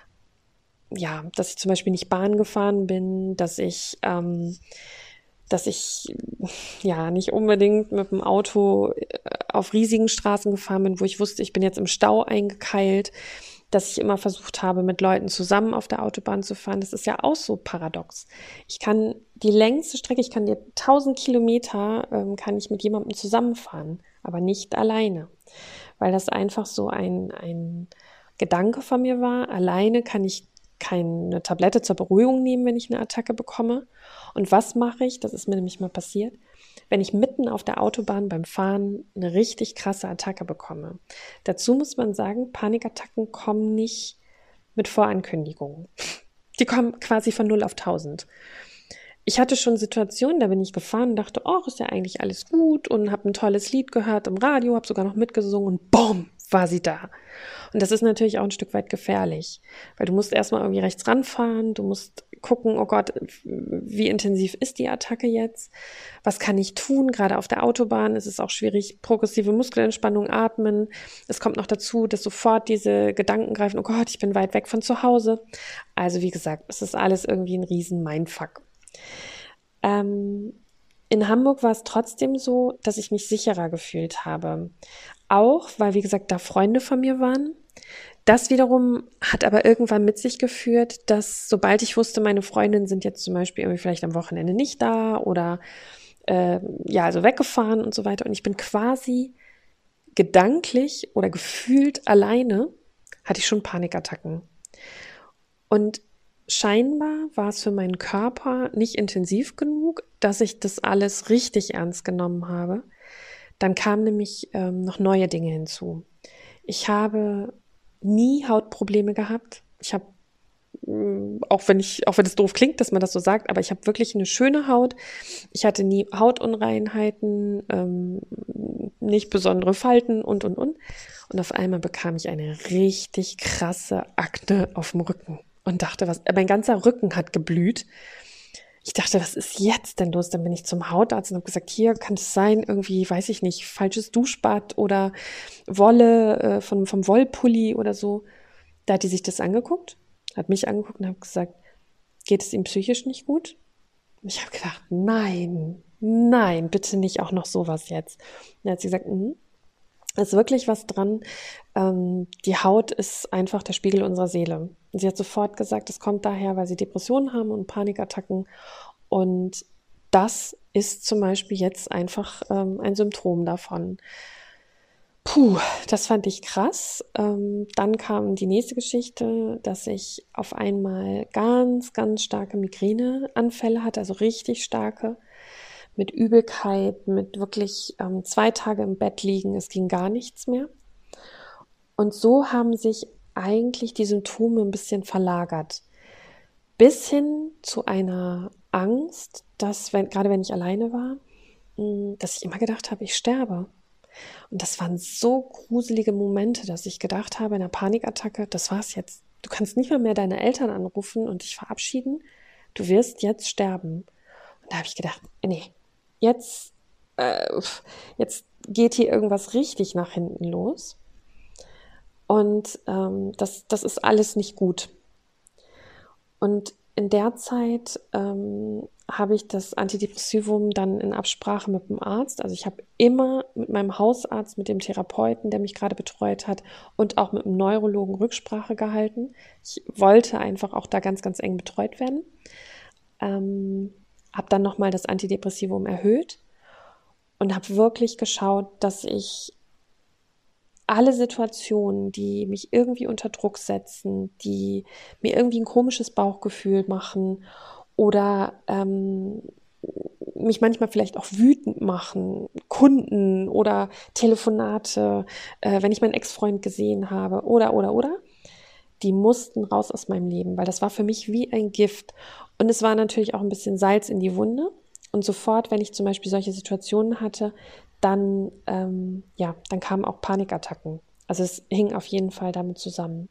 Ja, dass ich zum Beispiel nicht Bahn gefahren bin, dass ich, ähm, dass ich ja nicht unbedingt mit dem Auto auf riesigen Straßen gefahren bin, wo ich wusste, ich bin jetzt im Stau eingekeilt, dass ich immer versucht habe, mit Leuten zusammen auf der Autobahn zu fahren. Das ist ja auch so paradox. Ich kann die längste Strecke, ich kann dir tausend Kilometer, ähm, kann ich mit jemandem zusammenfahren, aber nicht alleine, weil das einfach so ein, ein Gedanke von mir war. Alleine kann ich keine Tablette zur Beruhigung nehmen, wenn ich eine Attacke bekomme. Und was mache ich? Das ist mir nämlich mal passiert. Wenn ich mitten auf der Autobahn beim Fahren eine richtig krasse Attacke bekomme. Dazu muss man sagen, Panikattacken kommen nicht mit Vorankündigungen. Die kommen quasi von null auf tausend. Ich hatte schon Situationen, da bin ich gefahren und dachte, oh, ist ja eigentlich alles gut und habe ein tolles Lied gehört im Radio, habe sogar noch mitgesungen und boom, war sie da. Und das ist natürlich auch ein Stück weit gefährlich, weil du musst erstmal irgendwie rechts ranfahren, du musst gucken, oh Gott, wie intensiv ist die Attacke jetzt? Was kann ich tun? Gerade auf der Autobahn ist es auch schwierig, progressive Muskelentspannung, atmen. Es kommt noch dazu, dass sofort diese Gedanken greifen, oh Gott, ich bin weit weg von zu Hause. Also wie gesagt, es ist alles irgendwie ein riesen Mindfuck. Ähm, in Hamburg war es trotzdem so, dass ich mich sicherer gefühlt habe. Auch, weil, wie gesagt, da Freunde von mir waren, Das wiederum hat aber irgendwann mit sich geführt, dass sobald ich wusste, meine Freundinnen sind jetzt zum Beispiel irgendwie vielleicht am Wochenende nicht da oder äh, ja, also weggefahren und so weiter und ich bin quasi gedanklich oder gefühlt alleine, hatte ich schon Panikattacken. Und scheinbar war es für meinen Körper nicht intensiv genug, dass ich das alles richtig ernst genommen habe. Dann kamen nämlich ähm, noch neue Dinge hinzu. Ich habe nie Hautprobleme gehabt. Ich habe, auch wenn ich, auch wenn es doof klingt, dass man das so sagt, aber ich habe wirklich eine schöne Haut. Ich hatte nie Hautunreinheiten, ähm, nicht besondere Falten und, und, und. Und auf einmal bekam ich eine richtig krasse Akne auf dem Rücken und dachte, was, mein ganzer Rücken hat geblüht. Ich dachte, was ist jetzt denn los? Dann bin ich zum Hautarzt und habe gesagt, hier kann es sein, irgendwie, weiß ich nicht, falsches Duschbad oder Wolle äh, vom, vom Wollpulli oder so. Da hat die sich das angeguckt, hat mich angeguckt und hat gesagt, geht es ihm psychisch nicht gut? Und ich habe gedacht, nein, nein, bitte nicht auch noch sowas jetzt. Und dann hat sie gesagt, mhm, ist wirklich was dran. Ähm, die Haut ist einfach der Spiegel unserer Seele. Und sie hat sofort gesagt, es kommt daher, weil sie Depressionen haben und Panikattacken. Und das ist zum Beispiel jetzt einfach ähm, ein Symptom davon. Puh, das fand ich krass. Ähm, dann kam die nächste Geschichte, dass ich auf einmal ganz, ganz starke Migräneanfälle hatte, also richtig starke, mit Übelkeit, mit wirklich ähm, zwei Tage im Bett liegen, es ging gar nichts mehr. Und so haben sich eigentlich die Symptome ein bisschen verlagert, bis hin zu einer Angst, dass, wenn, gerade wenn ich alleine war, mh, dass ich immer gedacht habe, ich sterbe. Und das waren so gruselige Momente, dass ich gedacht habe, in einer Panikattacke, das war's jetzt. Du kannst nicht mal mehr deine Eltern anrufen und dich verabschieden. Du wirst jetzt sterben. Und da habe ich gedacht, nee, jetzt, äh, jetzt geht hier irgendwas richtig nach hinten los. Und ähm, das, das ist alles nicht gut. Und in der Zeit ähm, habe ich das Antidepressivum dann in Absprache mit dem Arzt, also ich habe immer mit meinem Hausarzt, mit dem Therapeuten, der mich gerade betreut hat und auch mit dem Neurologen Rücksprache gehalten. Ich wollte einfach auch da ganz, ganz eng betreut werden. Ähm, habe dann nochmal das Antidepressivum erhöht und habe wirklich geschaut, dass ich alle Situationen, die mich irgendwie unter Druck setzen, die mir irgendwie ein komisches Bauchgefühl machen oder ähm, mich manchmal vielleicht auch wütend machen, Kunden oder Telefonate, äh, wenn ich meinen Ex-Freund gesehen habe oder, oder, oder, die mussten raus aus meinem Leben, weil das war für mich wie ein Gift. Und es war natürlich auch ein bisschen Salz in die Wunde. Und sofort, wenn ich zum Beispiel solche Situationen hatte, dann, ähm, ja, dann kamen auch Panikattacken. Also es hing auf jeden Fall damit zusammen.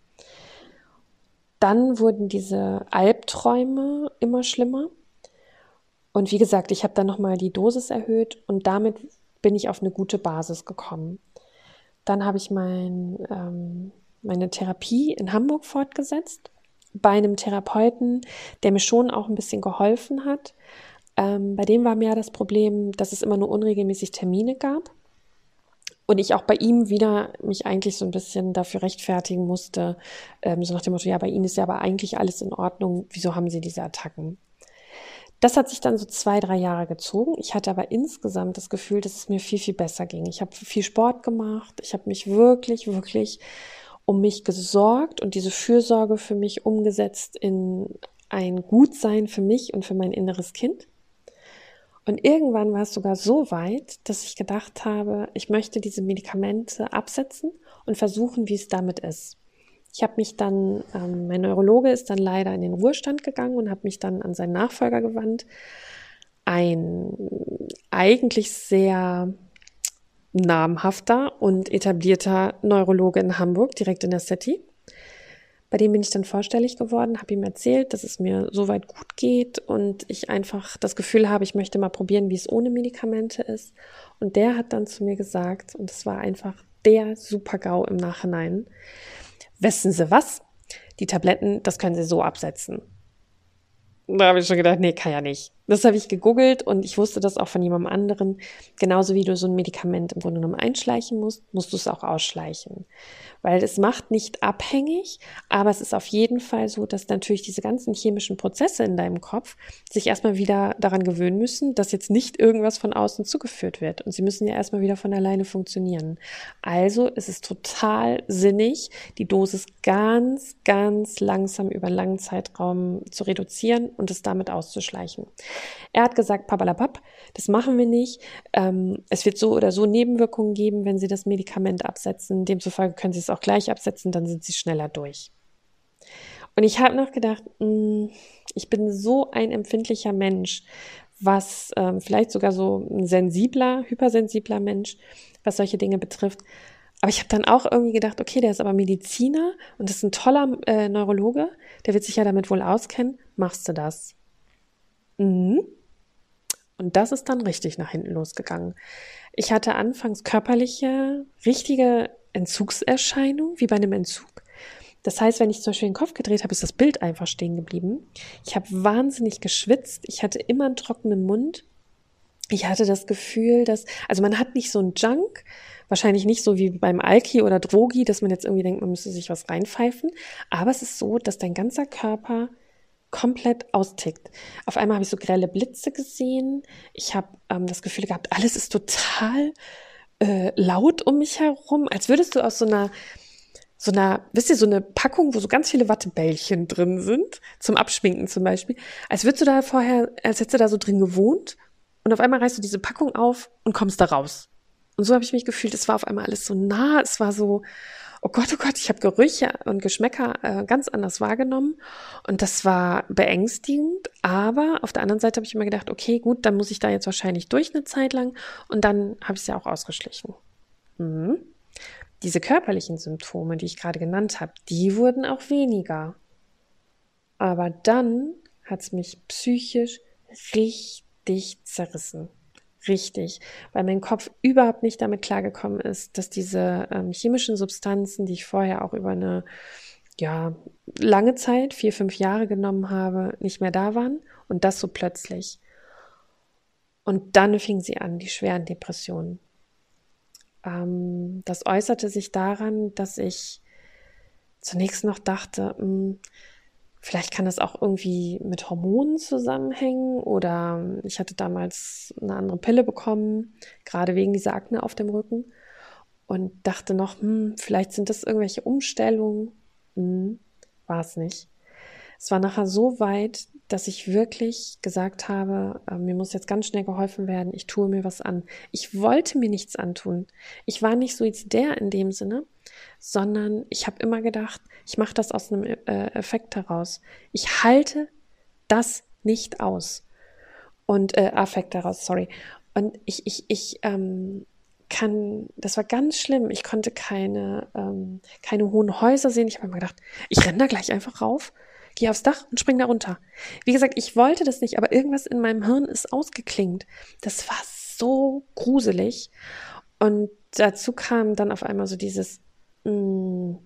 Dann wurden diese Albträume immer schlimmer. Und wie gesagt, ich habe dann nochmal die Dosis erhöht und damit bin ich auf eine gute Basis gekommen. Dann habe ich mein, ähm, meine Therapie in Hamburg fortgesetzt, bei einem Therapeuten, der mir schon auch ein bisschen geholfen hat. Ähm, bei dem war mehr das Problem, dass es immer nur unregelmäßig Termine gab und ich auch bei ihm wieder mich eigentlich so ein bisschen dafür rechtfertigen musste, ähm, so nach dem Motto, ja, bei Ihnen ist ja aber eigentlich alles in Ordnung, wieso haben Sie diese Attacken? Das hat sich dann so zwei, drei Jahre gezogen. Ich hatte aber insgesamt das Gefühl, dass es mir viel, viel besser ging. Ich habe viel Sport gemacht, ich habe mich wirklich, wirklich um mich gesorgt und diese Fürsorge für mich umgesetzt in ein Gutsein für mich und für mein inneres Kind. Und irgendwann war es sogar so weit, dass ich gedacht habe, ich möchte diese Medikamente absetzen und versuchen, wie es damit ist. Ich habe mich dann, ähm, mein Neurologe ist dann leider in den Ruhestand gegangen und habe mich dann an seinen Nachfolger gewandt. Ein eigentlich sehr namhafter und etablierter Neurologe in Hamburg, direkt in der City. Bei dem bin ich dann vorstellig geworden, habe ihm erzählt, dass es mir soweit gut geht und ich einfach das Gefühl habe, ich möchte mal probieren, wie es ohne Medikamente ist. Und der hat dann zu mir gesagt, und es war einfach der Super-GAU im Nachhinein, wissen Sie was? Die Tabletten, das können Sie so absetzen. Da habe ich schon gedacht, nee, kann ja nicht. Das habe ich gegoogelt und ich wusste das auch von jemandem anderen. Genauso wie du so ein Medikament im Grunde genommen einschleichen musst, musst du es auch ausschleichen. Weil es macht nicht abhängig, aber es ist auf jeden Fall so, dass natürlich diese ganzen chemischen Prozesse in deinem Kopf sich erstmal wieder daran gewöhnen müssen, dass jetzt nicht irgendwas von außen zugeführt wird. Und sie müssen ja erstmal wieder von alleine funktionieren. Also ist es total sinnig, die Dosis ganz, ganz langsam über einen langen Zeitraum zu reduzieren und es damit auszuschleichen. Er hat gesagt, papalapap, das machen wir nicht. Ähm, es wird so oder so Nebenwirkungen geben, wenn Sie das Medikament absetzen. Demzufolge können Sie es auch gleich absetzen, dann sind Sie schneller durch. Und ich habe noch gedacht, mh, ich bin so ein empfindlicher Mensch, was ähm, vielleicht sogar so ein sensibler, hypersensibler Mensch, was solche Dinge betrifft. Aber ich habe dann auch irgendwie gedacht, okay, der ist aber Mediziner und das ist ein toller äh, Neurologe, der wird sich ja damit wohl auskennen. Machst du das? Mhm. Und das ist dann richtig nach hinten losgegangen. Ich hatte anfangs körperliche, richtige Entzugserscheinungen, wie bei einem Entzug. Das heißt, wenn ich zum Beispiel den Kopf gedreht habe, ist das Bild einfach stehen geblieben. Ich habe wahnsinnig geschwitzt. Ich hatte immer einen trockenen Mund. Ich hatte das Gefühl, dass, also man hat nicht so einen Junk, wahrscheinlich nicht so wie beim Alki oder Drogi, dass man jetzt irgendwie denkt, man müsste sich was reinpfeifen. Aber es ist so, dass dein ganzer Körper komplett austickt. Auf einmal habe ich so grelle Blitze gesehen. Ich habe ähm, das Gefühl gehabt, alles ist total äh, laut um mich herum, als würdest du aus so einer so einer, wisst ihr, so eine Packung, wo so ganz viele Wattebällchen drin sind, zum Abschminken zum Beispiel, als würdest du da vorher, als hättest du da so drin gewohnt und auf einmal reißt du diese Packung auf und kommst da raus. Und so habe ich mich gefühlt, es war auf einmal alles so nah, es war so, oh Gott, oh Gott, ich habe Gerüche und Geschmäcker äh, ganz anders wahrgenommen und das war beängstigend, aber auf der anderen Seite habe ich immer gedacht, okay, gut, dann muss ich da jetzt wahrscheinlich durch eine Zeit lang und dann habe ich es ja auch ausgeschlichen. Mhm. Diese körperlichen Symptome, die ich gerade genannt habe, die wurden auch weniger. Aber dann hat es mich psychisch richtig zerrissen. Richtig, weil mein Kopf überhaupt nicht damit klargekommen ist, dass diese ähm, chemischen Substanzen, die ich vorher auch über eine ja, lange Zeit, vier, fünf Jahre genommen habe, nicht mehr da waren und das so plötzlich. Und dann fing sie an, die schweren Depressionen. Ähm, das äußerte sich daran, dass ich zunächst noch dachte, mh, vielleicht kann das auch irgendwie mit Hormonen zusammenhängen oder ich hatte damals eine andere Pille bekommen, gerade wegen dieser Akne auf dem Rücken und dachte noch, hm, vielleicht sind das irgendwelche Umstellungen. Hm, war es nicht. Es war nachher so weit, dass ich wirklich gesagt habe, äh, mir muss jetzt ganz schnell geholfen werden, ich tue mir was an. Ich wollte mir nichts antun. Ich war nicht suizidär in dem Sinne, sondern ich habe immer gedacht, ich mache das aus einem äh, Effekt heraus. Ich halte das nicht aus. Und äh, Affekt heraus, sorry. Und ich, ich, ich ähm, kann, das war ganz schlimm. Ich konnte keine, ähm, keine hohen Häuser sehen. Ich habe immer gedacht, ich renne da gleich einfach rauf, gehe aufs Dach und spring da runter. Wie gesagt, ich wollte das nicht, aber irgendwas in meinem Hirn ist ausgeklingt. Das war so gruselig. Und dazu kam dann auf einmal so dieses, mh,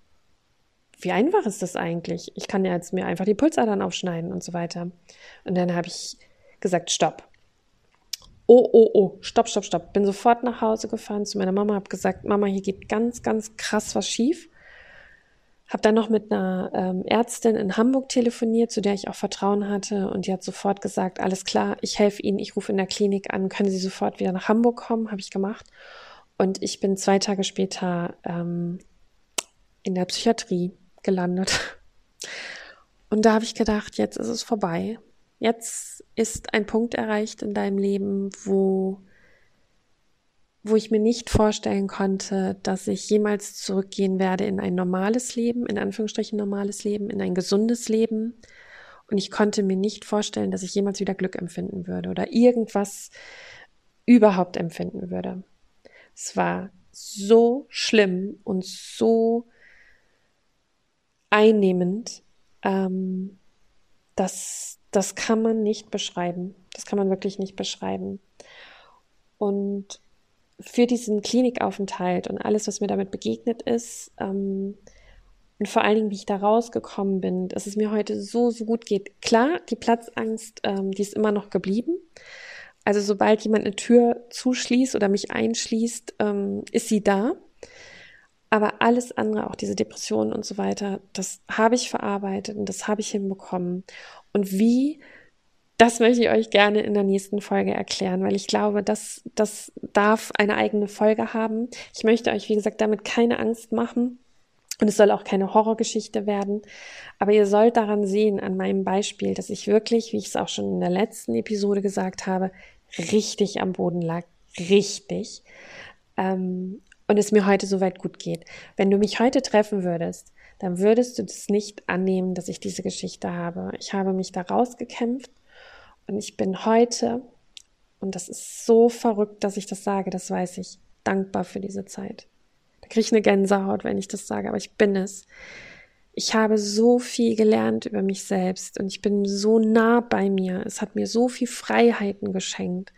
wie einfach ist das eigentlich? Ich kann ja jetzt mir einfach die Pulsadern aufschneiden und so weiter. Und dann habe ich gesagt, stopp. Oh, oh, oh, stopp, stopp, stopp. Bin sofort nach Hause gefahren zu meiner Mama, habe gesagt, Mama, hier geht ganz, ganz krass was schief. Habe dann noch mit einer ähm, Ärztin in Hamburg telefoniert, zu der ich auch Vertrauen hatte. Und die hat sofort gesagt, alles klar, ich helfe Ihnen, ich rufe in der Klinik an, können Sie sofort wieder nach Hamburg kommen? Habe ich gemacht. Und ich bin zwei Tage später ähm, in der Psychiatrie gelandet. Und da habe ich gedacht, jetzt ist es vorbei. Jetzt ist ein Punkt erreicht in deinem Leben, wo wo ich mir nicht vorstellen konnte, dass ich jemals zurückgehen werde in ein normales Leben, in Anführungsstrichen normales Leben, in ein gesundes Leben. Und ich konnte mir nicht vorstellen, dass ich jemals wieder Glück empfinden würde oder irgendwas überhaupt empfinden würde. Es war so schlimm und so einnehmend, ähm, das, das kann man nicht beschreiben. Das kann man wirklich nicht beschreiben. Und für diesen Klinikaufenthalt und alles, was mir damit begegnet ist, ähm, und vor allen Dingen, wie ich da rausgekommen bin, dass es mir heute so, so gut geht. Klar, die Platzangst, ähm, die ist immer noch geblieben. Also sobald jemand eine Tür zuschließt oder mich einschließt, ähm, ist sie da. Aber alles andere, auch diese Depressionen und so weiter, das habe ich verarbeitet und das habe ich hinbekommen. Und wie, das möchte ich euch gerne in der nächsten Folge erklären, weil ich glaube, das, das darf eine eigene Folge haben. Ich möchte euch, wie gesagt, damit keine Angst machen. Und es soll auch keine Horrorgeschichte werden. Aber ihr sollt daran sehen, an meinem Beispiel, dass ich wirklich, wie ich es auch schon in der letzten Episode gesagt habe, richtig am Boden lag. Richtig. Ähm, und es mir heute soweit gut geht. Wenn du mich heute treffen würdest, dann würdest du das nicht annehmen, dass ich diese Geschichte habe. Ich habe mich da rausgekämpft und ich bin heute, und das ist so verrückt, dass ich das sage, das weiß ich, dankbar für diese Zeit. Da kriege ich eine Gänsehaut, wenn ich das sage, aber ich bin es. Ich habe so viel gelernt über mich selbst und ich bin so nah bei mir. Es hat mir so viel Freiheiten geschenkt.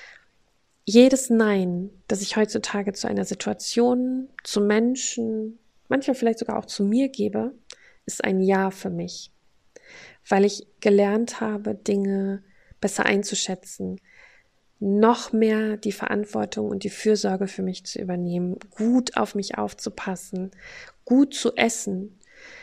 Jedes Nein, das ich heutzutage zu einer Situation, zu Menschen, manchmal vielleicht sogar auch zu mir gebe, ist ein Ja für mich, weil ich gelernt habe, Dinge besser einzuschätzen, noch mehr die Verantwortung und die Fürsorge für mich zu übernehmen, gut auf mich aufzupassen, gut zu essen.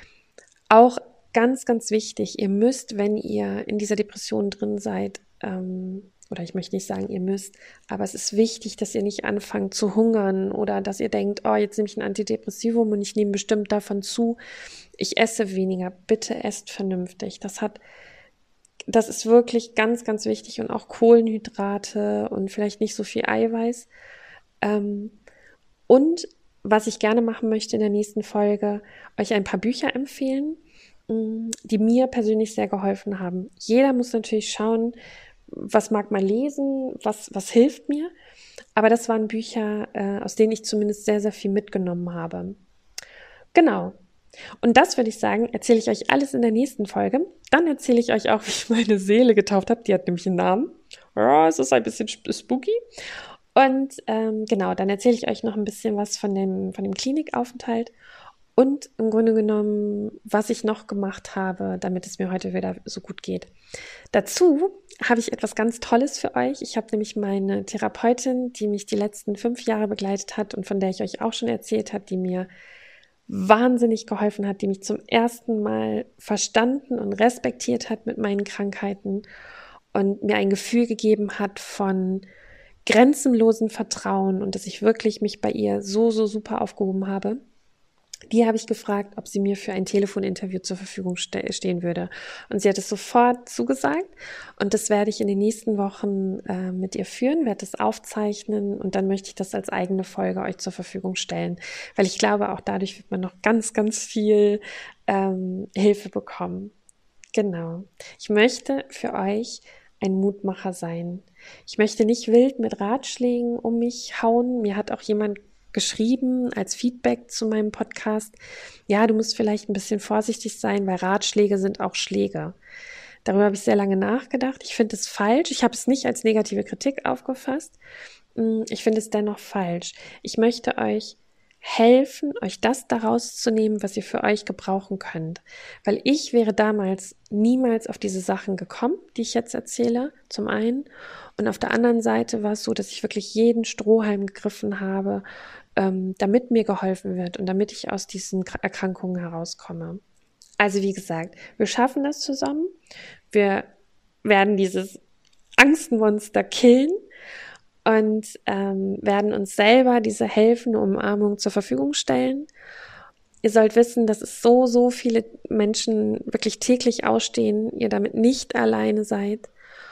Auch ganz, ganz wichtig, ihr müsst, wenn ihr in dieser Depression drin seid, ähm, oder ich möchte nicht sagen, ihr müsst, aber es ist wichtig, dass ihr nicht anfangt zu hungern oder dass ihr denkt, oh, jetzt nehme ich ein Antidepressivum und ich nehme bestimmt davon zu, ich esse weniger. Bitte esst vernünftig. Das hat, das ist wirklich ganz, ganz wichtig und auch Kohlenhydrate und vielleicht nicht so viel Eiweiß. Ähm, und was ich gerne machen möchte in der nächsten Folge, euch ein paar Bücher empfehlen, die mir persönlich sehr geholfen haben. Jeder muss natürlich schauen, was mag man lesen, was, was hilft mir. Aber das waren Bücher, äh, aus denen ich zumindest sehr, sehr viel mitgenommen habe. Genau. Und das würde ich sagen, erzähle ich euch alles in der nächsten Folge. Dann erzähle ich euch auch, wie ich meine Seele getauft habe. Die hat nämlich einen Namen. Ja, es ist ein bisschen spooky. Und ähm, genau, dann erzähle ich euch noch ein bisschen was von dem, von dem Klinikaufenthalt. Und im Grunde genommen, was ich noch gemacht habe, damit es mir heute wieder so gut geht. Dazu habe ich etwas ganz Tolles für euch. Ich habe nämlich meine Therapeutin, die mich die letzten fünf Jahre begleitet hat und von der ich euch auch schon erzählt habe, die mir wahnsinnig geholfen hat, die mich zum ersten Mal verstanden und respektiert hat mit meinen Krankheiten und mir ein Gefühl gegeben hat von grenzenlosem Vertrauen und dass ich wirklich mich bei ihr so, so super aufgehoben habe. Die habe ich gefragt, ob sie mir für ein Telefoninterview zur Verfügung ste- stehen würde. Und sie hat es sofort zugesagt. Und das werde ich in den nächsten Wochen äh, mit ihr führen, werde das aufzeichnen und dann möchte ich das als eigene Folge euch zur Verfügung stellen. Weil ich glaube, auch dadurch wird man noch ganz, ganz viel ähm, Hilfe bekommen. Genau. Ich möchte für euch ein Mutmacher sein. Ich möchte nicht wild mit Ratschlägen um mich hauen. Mir hat auch jemand geschrieben als Feedback zu meinem Podcast, ja, du musst vielleicht ein bisschen vorsichtig sein, weil Ratschläge sind auch Schläge. Darüber habe ich sehr lange nachgedacht. Ich finde es falsch. Ich habe es nicht als negative Kritik aufgefasst. Ich finde es dennoch falsch. Ich möchte euch helfen, euch das daraus zu nehmen, was ihr für euch gebrauchen könnt. Weil ich wäre damals niemals auf diese Sachen gekommen, die ich jetzt erzähle, zum einen. Und auf der anderen Seite war es so, dass ich wirklich jeden Strohhalm gegriffen habe, ähm, damit mir geholfen wird und damit ich aus diesen Erkrankungen herauskomme. Also wie gesagt, wir schaffen das zusammen. Wir werden dieses Angstmonster killen und ähm, werden uns selber diese helfende Umarmung zur Verfügung stellen. Ihr sollt wissen, dass es so, so viele Menschen wirklich täglich ausstehen, ihr damit nicht alleine seid.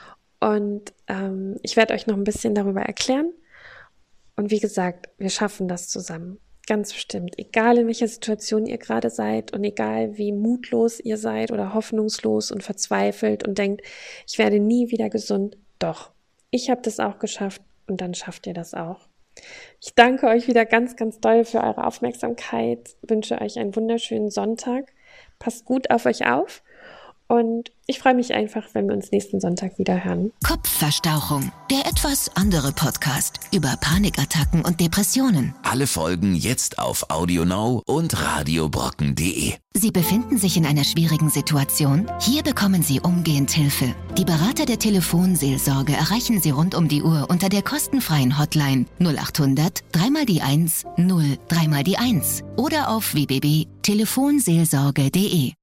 Und ähm, ich werde euch noch ein bisschen darüber erklären. Und wie gesagt, wir schaffen das zusammen. Ganz bestimmt. Egal in welcher Situation ihr gerade seid und egal wie mutlos ihr seid oder hoffnungslos und verzweifelt und denkt, ich werde nie wieder gesund. Doch, ich habe das auch geschafft und dann schafft ihr das auch. Ich danke euch wieder ganz, ganz doll für eure Aufmerksamkeit. Wünsche euch einen wunderschönen Sonntag. Passt gut auf euch auf Und ich freue mich einfach, wenn wir uns nächsten Sonntag wieder hören. Kopfverstauchung, der etwas andere Podcast über Panikattacken und Depressionen. Alle Folgen jetzt auf AudioNow und radiobrocken punkt de. Sie befinden sich in einer schwierigen Situation? Hier bekommen Sie umgehend Hilfe. Die Berater der Telefonseelsorge erreichen Sie rund um die Uhr unter der kostenfreien Hotline null acht hundert drei mal die eins null drei mal die eins oder auf w w w punkt telefonseelsorge punkt de.